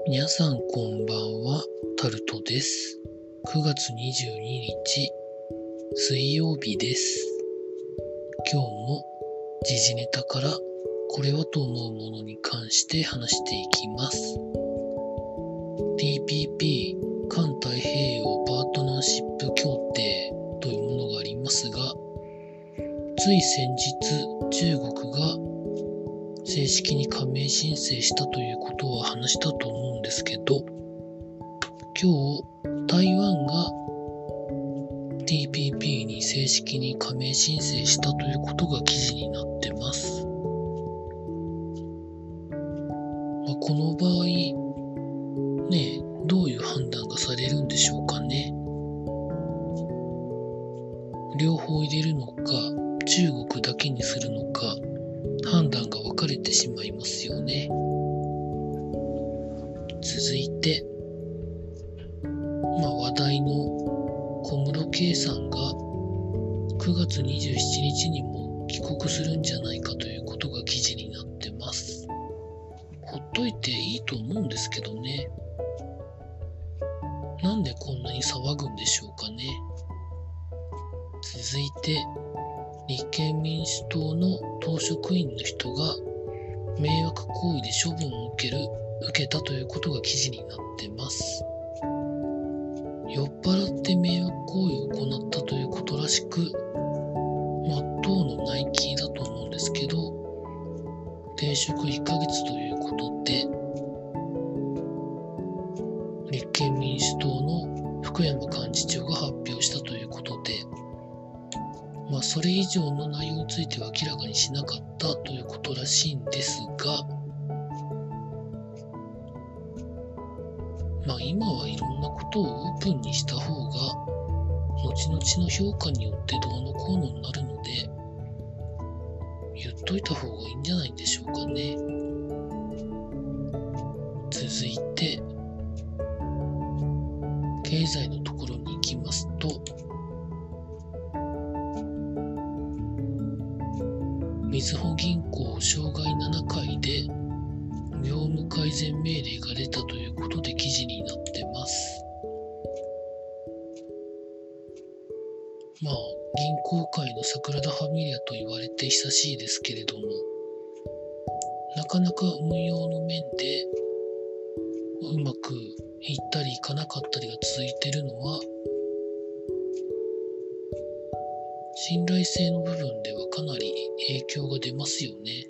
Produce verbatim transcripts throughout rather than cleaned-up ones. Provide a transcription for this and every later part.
皆さんこんばんは、タルトです。くがつにじゅうににち水曜日です。今日も時事ネタからこれはと思うものに関して話していきます。 ティーピーピー 環太平洋パートナーシップ協定というものがありますが、つい先日中国が正式に加盟申請したということは話したと思うんですけど、今日台湾が ティーピーピー に正式に加盟申請したということが記事になってます。まあ、この場合ね、どういう判断がされるんでしょうかね。両方入れるのか、中国だけにするのか、判断が分かれてしまいますよね。続いて、まあ、話題の小室圭さんがくがつにじゅうしちにちにも帰国するんじゃないかということが記事になってます。ほっといていいと思うんですけどね。なんでこんなに騒ぐんでしょうかね。続いて、立憲民主党の党職員の人が迷惑行為で処分を受ける、受けたということが記事になってます。酔っ払って迷惑行為を行ったということらしく、まあ、党の内規だと思うんですけど、停職いっかげつということで、立憲民主党の福山幹事長が発表したということで、まあ、それ以上の内容については明らかにしなかったということらしいんですが、まあ、今はいろんなことをオープンにした方が、後々の評価によってどうのこうのになるので、言っといた方がいいんじゃないでしょうかね。続いて、経済のところに行きますと、みずほ銀行障害ななかいで業務改善命令が出たということで記事になってます。まあ、銀行界のサグラダ・ファミリアと言われて久しいですけれども、なかなか運用の面でうまくいったりいかなかったりが続いているのは、信頼性の部分ではかなり影響が出ますよね。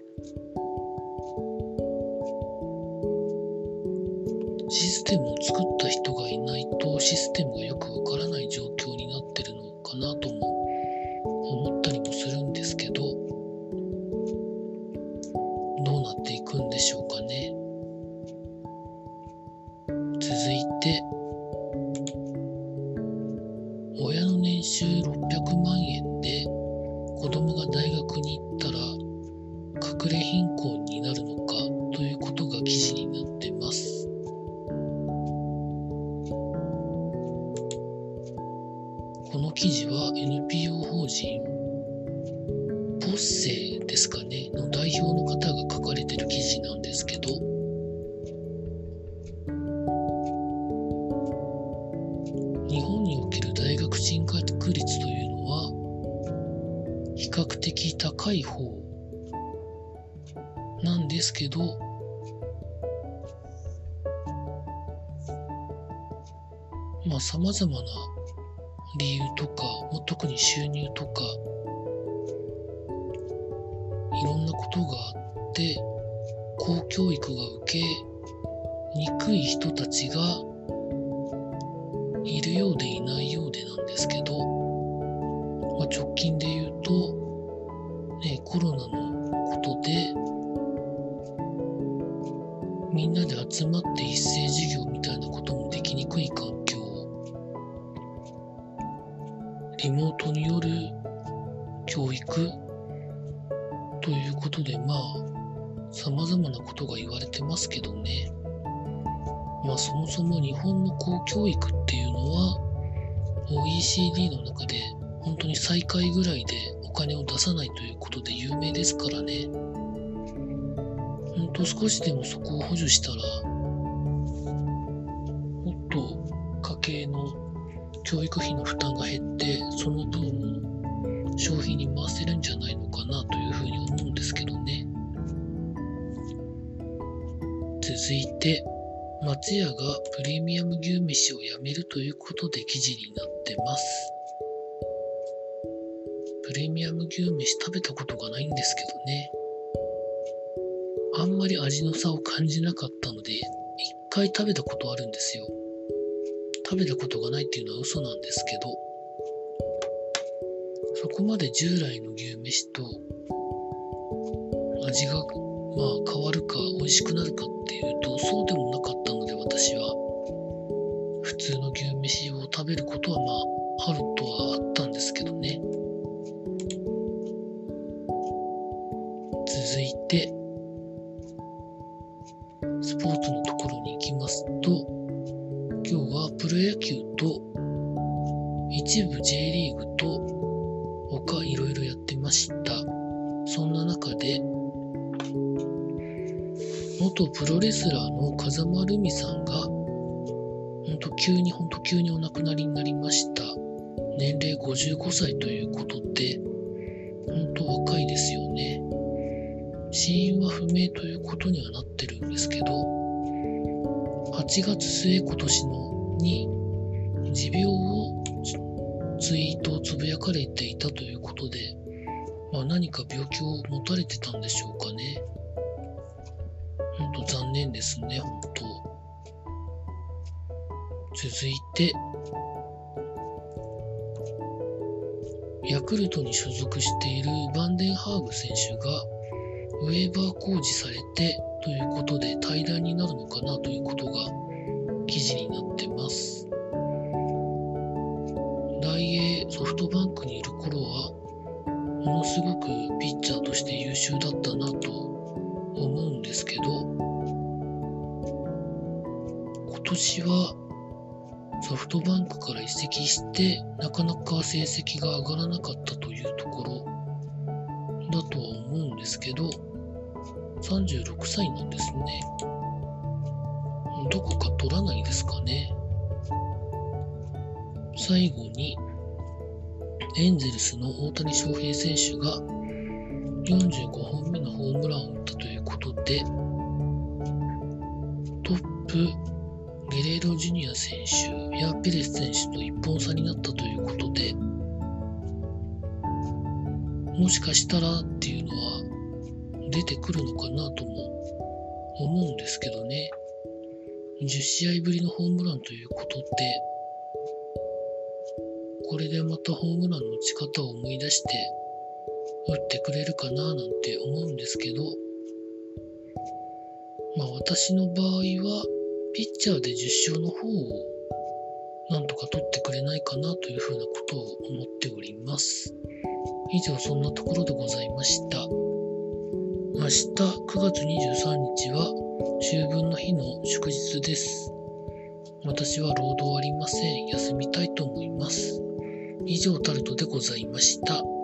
システムを作った人がいないとシステムがよくわからない状況になってるのかなとも思ったりもするんですけど、どうなっていくんでしょうかね。続いて、親の年収ろっぴゃくまんえんで子供が大学に行ったら隠れ貧困になるのかということが記事になってます。この記事は エヌピーオー 法人ポッセですかねの代表の方が書かれている記事なんですけど、日本における大学進学率というのは比較的高い方なんですけど、まあ様々な理由とか、特に収入とかいろんなことがあって、公教育が受けにくい人たちがいるようでいないようでなんですけど、まあ、直近で言うと、ね、コロナのことでみんなで集まって一斉授業みたいなこともできにくい環境、リモートによる教育ということで、まあ様々なことが言われてますけどね。まあそもそも日本の公教育っていうのは オーイーシーディー の中で本当に最下位ぐらいでお金を出さないということで有名ですからね。ほんと少しでもそこを補助したら教育費の負担が減って、その分を消費に回せるんじゃないのかなというふうに思うんですけどね。続いて、松屋がプレミアム牛めしをやめるということで記事になってます。プレミアム牛めし食べたことがないんですけどね。あんまり味の差を感じなかったので、一回食べたことあるんですよ。食べたことがないっていうのは嘘なんですけど、そこまで従来の牛めしと味がまあ変わるか美味しくなるかっていうと、そうでもなかったので、私は普通の牛めしを食べることはまああるとはあったんですけどね。続いてスポーツのところに行きますと、今日はプロ野球と一部 J リーグと他いろいろやってました。そんな中で元プロレスラーの風間ルミさんが本当急に本当急にお亡くなりになりました。年齢ごじゅうごさいということで、本当若いですよね。死因は不明ということにはなってるんですけど、はちがつ末今年のに持病をツイートをつぶやかれていたということで、まあ、何か病気を持たれてたんでしょうかね。本当残念ですね、本当。続いて、ヤクルトに所属しているバンデンハーグ選手がウェーバー工事されてということで退団になるのかなということが記事になってます。大英ソフトバンクにいる頃はものすごくピッチャーとして優秀だったなと思うんですけど、今年はソフトバンクから移籍してなかなか成績が上がらなかったというところだとは思うんですけど、さんじゅうろくさいなんですね。どこか取らないですかね。最後にエンゼルスの大谷翔平選手がよんじゅうごほんめのホームランを打ったということで、トップゲレーロジュニア選手やペレス選手といっぽん差になったということで、もしかしたらっていうのは出てくるのかなとも思うんですけどね。じゅっしあいぶりのホームランということで、これでまたホームランの打ち方を思い出して打ってくれるかななんて思うんですけど、まあ私の場合はピッチャーでじゅっしょうの方をなんとか取ってくれないかなというふうなことを思っております。以上、そんなところでございました。明日くがつにじゅうさんにちは秋分の日の祝日です。私は労働ありません。休みたいと思います。以上、タルトでございました。